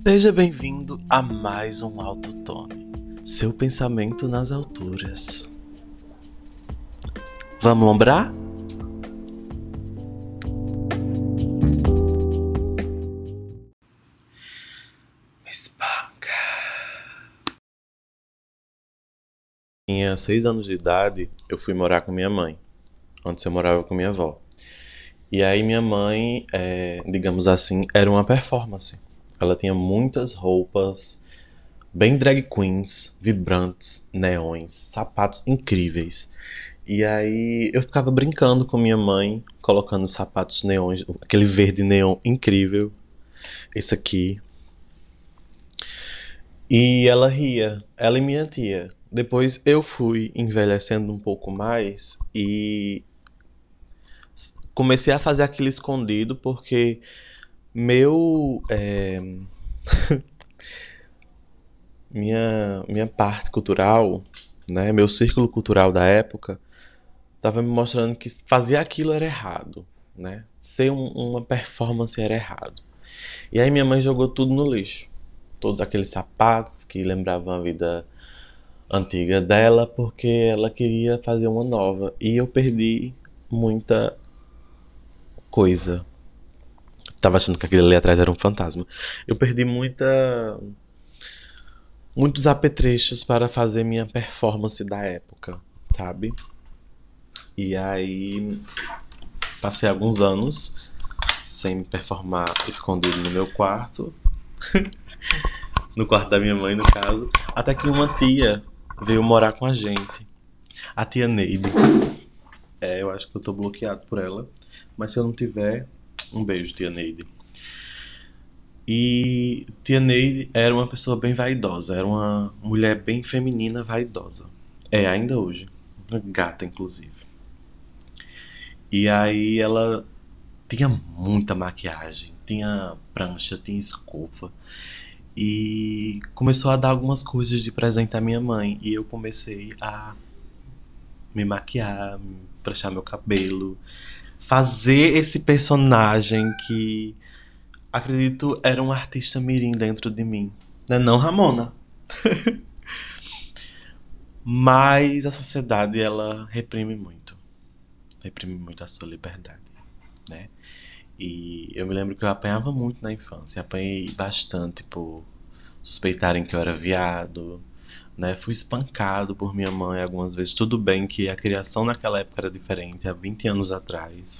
Seja bem-vindo a mais um Autotone, seu pensamento nas alturas. Vamos lombrar? Me espanca. Tinha 6 anos de idade, eu fui morar com minha mãe. Antes eu morava com minha avó. E aí minha mãe, digamos assim, era uma performance. Ela tinha muitas roupas bem drag queens, vibrantes, neons, sapatos incríveis. E aí eu ficava brincando com minha mãe, colocando sapatos neons, aquele verde neon incrível, esse aqui. E ela ria, ela e minha tia. Depois eu fui envelhecendo um pouco mais e comecei a fazer aquilo escondido porque meu minha parte cultural, né, meu círculo cultural da época tava me mostrando que fazer aquilo era errado, né? Ser uma performance era errado. E aí minha mãe jogou tudo no lixo. Todos aqueles sapatos que lembravam a vida antiga dela, porque ela queria fazer uma nova. E eu perdi muita coisa. Tava achando que aquele ali atrás era um fantasma. Eu perdi muitos apetrechos para fazer minha performance da época, sabe? E aí passei alguns anos sem performar escondido no meu quarto, no quarto da minha mãe, no caso, até que uma tia veio morar com a gente, a tia Neide. Eu acho que eu tô bloqueado por ela, mas se eu não tiver, um beijo, tia Neide. E tia Neide era uma pessoa bem vaidosa, era uma mulher bem feminina, vaidosa. Ainda hoje, uma gata, inclusive. E aí ela tinha muita maquiagem, tinha prancha, tinha escova. E começou a dar algumas coisas de presente à minha mãe. E eu comecei a me maquiar, pranchar meu cabelo, fazer esse personagem que acredito era um artista mirim dentro de mim. Não é não, Ramona? Mas a sociedade, ela reprime muito a sua liberdade, né? E eu me lembro que eu apanhava muito na infância. Apanhei bastante por suspeitarem que eu era viado, né? Fui espancado por minha mãe algumas vezes. Tudo bem que a criação naquela época era diferente, há 20 anos atrás.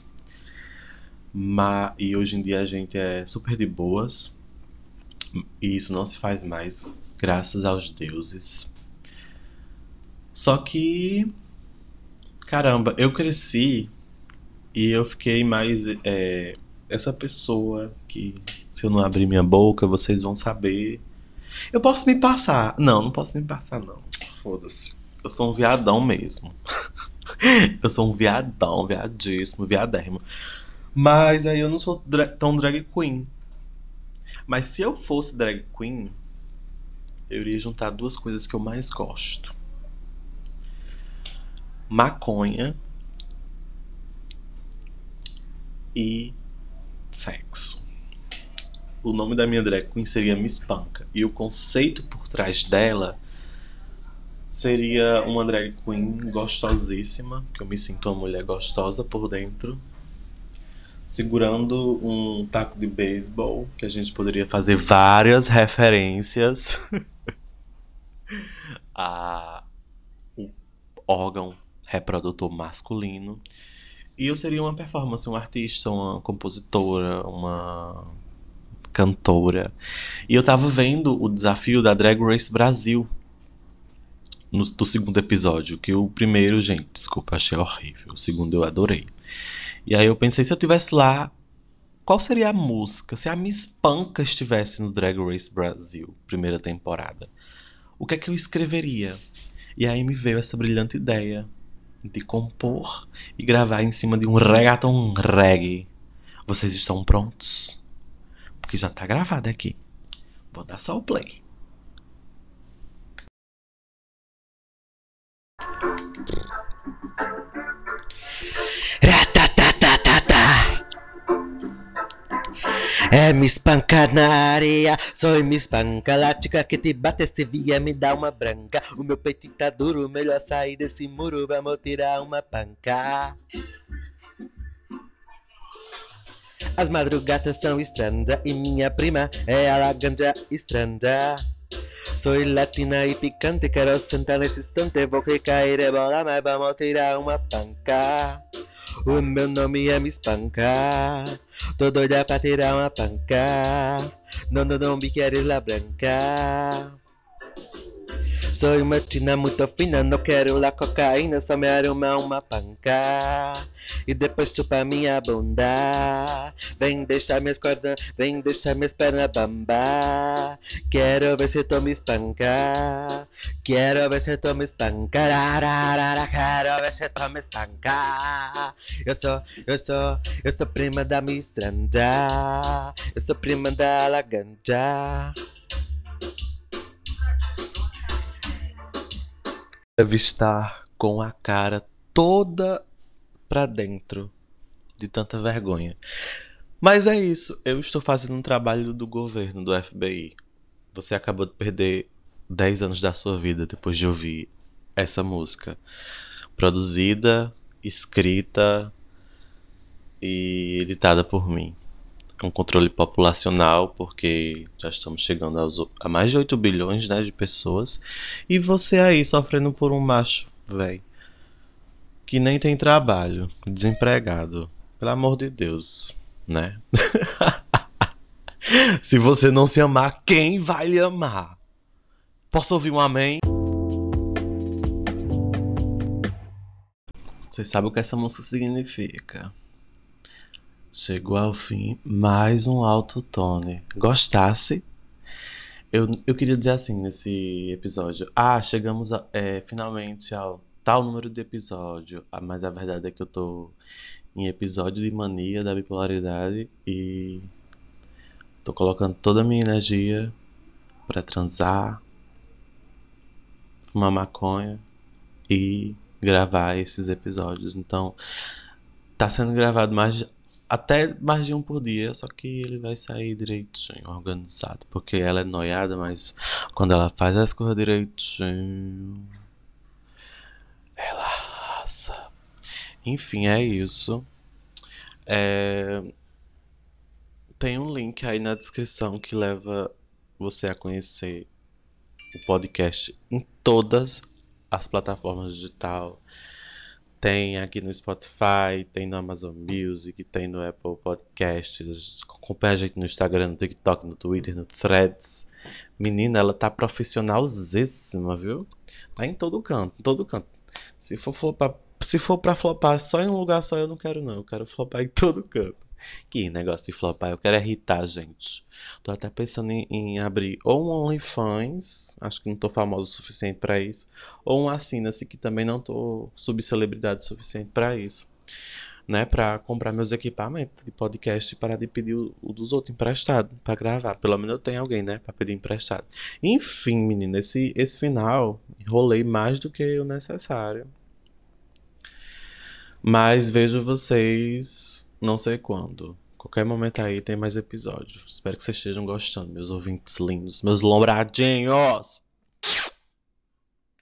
E hoje em dia a gente é super de boas. E isso não se faz mais, graças aos deuses. Só que, caramba, eu cresci e eu fiquei mais essa pessoa que, se eu não abrir minha boca, vocês vão saber. Eu posso me passar. Não, não posso me passar, não. Foda-se. Eu sou um viadão mesmo. Eu sou um viadão, viadíssimo, viadérrimo. Mas aí eu não sou tão drag queen. Mas se eu fosse drag queen, eu iria juntar duas coisas que eu mais gosto: maconha e sexo. O nome da minha drag queen seria Miss Panca. E o conceito por trás dela seria uma drag queen gostosíssima, que eu me sinto uma mulher gostosa por dentro, segurando um taco de beisebol, que a gente poderia fazer várias referências a o órgão reprodutor masculino. E eu seria uma performance, uma artista, uma compositora, uma cantora. E eu tava vendo o desafio da Drag Race Brasil do segundo episódio, que o primeiro, gente, desculpa, eu achei horrível. O segundo eu adorei. E aí eu pensei, se eu tivesse lá, qual seria a música se a Miss Panca estivesse no Drag Race Brasil, primeira temporada? O que é que eu escreveria? E aí me veio essa brilhante ideia de compor e gravar em cima de um reggaeton reggae. Vocês estão prontos? Porque já tá gravado aqui. Vou dar só o play. Ratatatatata. É me espancar na areia, só me espanca. Lática que te bate se via me dá uma branca. O meu peito tá duro, melhor sair desse muro, vamos tirar uma panca. As madrugadas são estranhas e minha prima é a laganja estranha. Sou latina e picante, quero sentar nesse instante, vou que cair e bola, mas vamos tirar uma panca. O meu nome é me espancar, tô doida pra tirar uma panca. Não, não, não me queres la branca. Sou uma tina muito fina, não quero la cocaína, só me arruma uma panca. E depois chupa minha bunda. Vem deixar minhas cordas, vem deixar minhas pernas bamba. Quero ver se tu me espanca. Quero ver se tu me espanca. Quero ver se tu me espanca. Eu sou prima da mistranda. Eu sou prima da laganja. Deve estar com a cara toda pra dentro de tanta vergonha. Mas é isso, eu estou fazendo um trabalho do governo, do FBI. Você acabou de perder 10 anos da sua vida depois de ouvir essa música. Produzida, escrita e editada por mim. Com controle populacional, porque já estamos chegando a mais de 8 bilhões, né, de pessoas. E você aí sofrendo por um macho, velho, que nem tem trabalho, desempregado. Pelo amor de Deus, né? Se você não se amar, quem vai lhe amar? Posso ouvir um amém? Você sabe o que essa música significa? Chegou ao fim mais um alto tone. Gostasse? Eu queria dizer assim nesse episódio. Chegamos finalmente ao tal número de episódio. Mas a verdade é que eu tô em episódio de mania da bipolaridade e tô colocando toda a minha energia pra transar, fumar maconha e gravar esses episódios. Então, tá sendo gravado até mais de um por dia, só que ele vai sair direitinho, organizado. Porque ela é noiada, mas quando ela faz as coisas direitinho, ela arrasa. Enfim, é isso. Tem um link aí na descrição que leva você a conhecer o podcast em todas as plataformas digital. Tem aqui no Spotify, tem no Amazon Music, tem no Apple Podcasts. Acompanha a gente no Instagram, no TikTok, no Twitter, no Threads. Menina, ela tá profissionalzíssima, viu? Tá em todo canto, em todo canto. Se for pra flopar só em um lugar só, eu não quero não. Eu quero flopar em todo canto. Que negócio de flopar, eu quero irritar, gente. Tô até pensando em abrir ou um OnlyFans, acho que não tô famoso o suficiente pra isso, ou um Assina-se, que também não tô subcelebridade o suficiente pra isso, né? Pra comprar meus equipamentos de podcast e parar de pedir o dos outros emprestado pra gravar. Pelo menos eu tenho alguém, né? Pra pedir emprestado. Enfim, menina, esse final enrolei mais do que o necessário. Mas vejo vocês não sei quando. Qualquer momento aí tem mais episódios. Espero que vocês estejam gostando, meus ouvintes lindos, meus lombradinhos.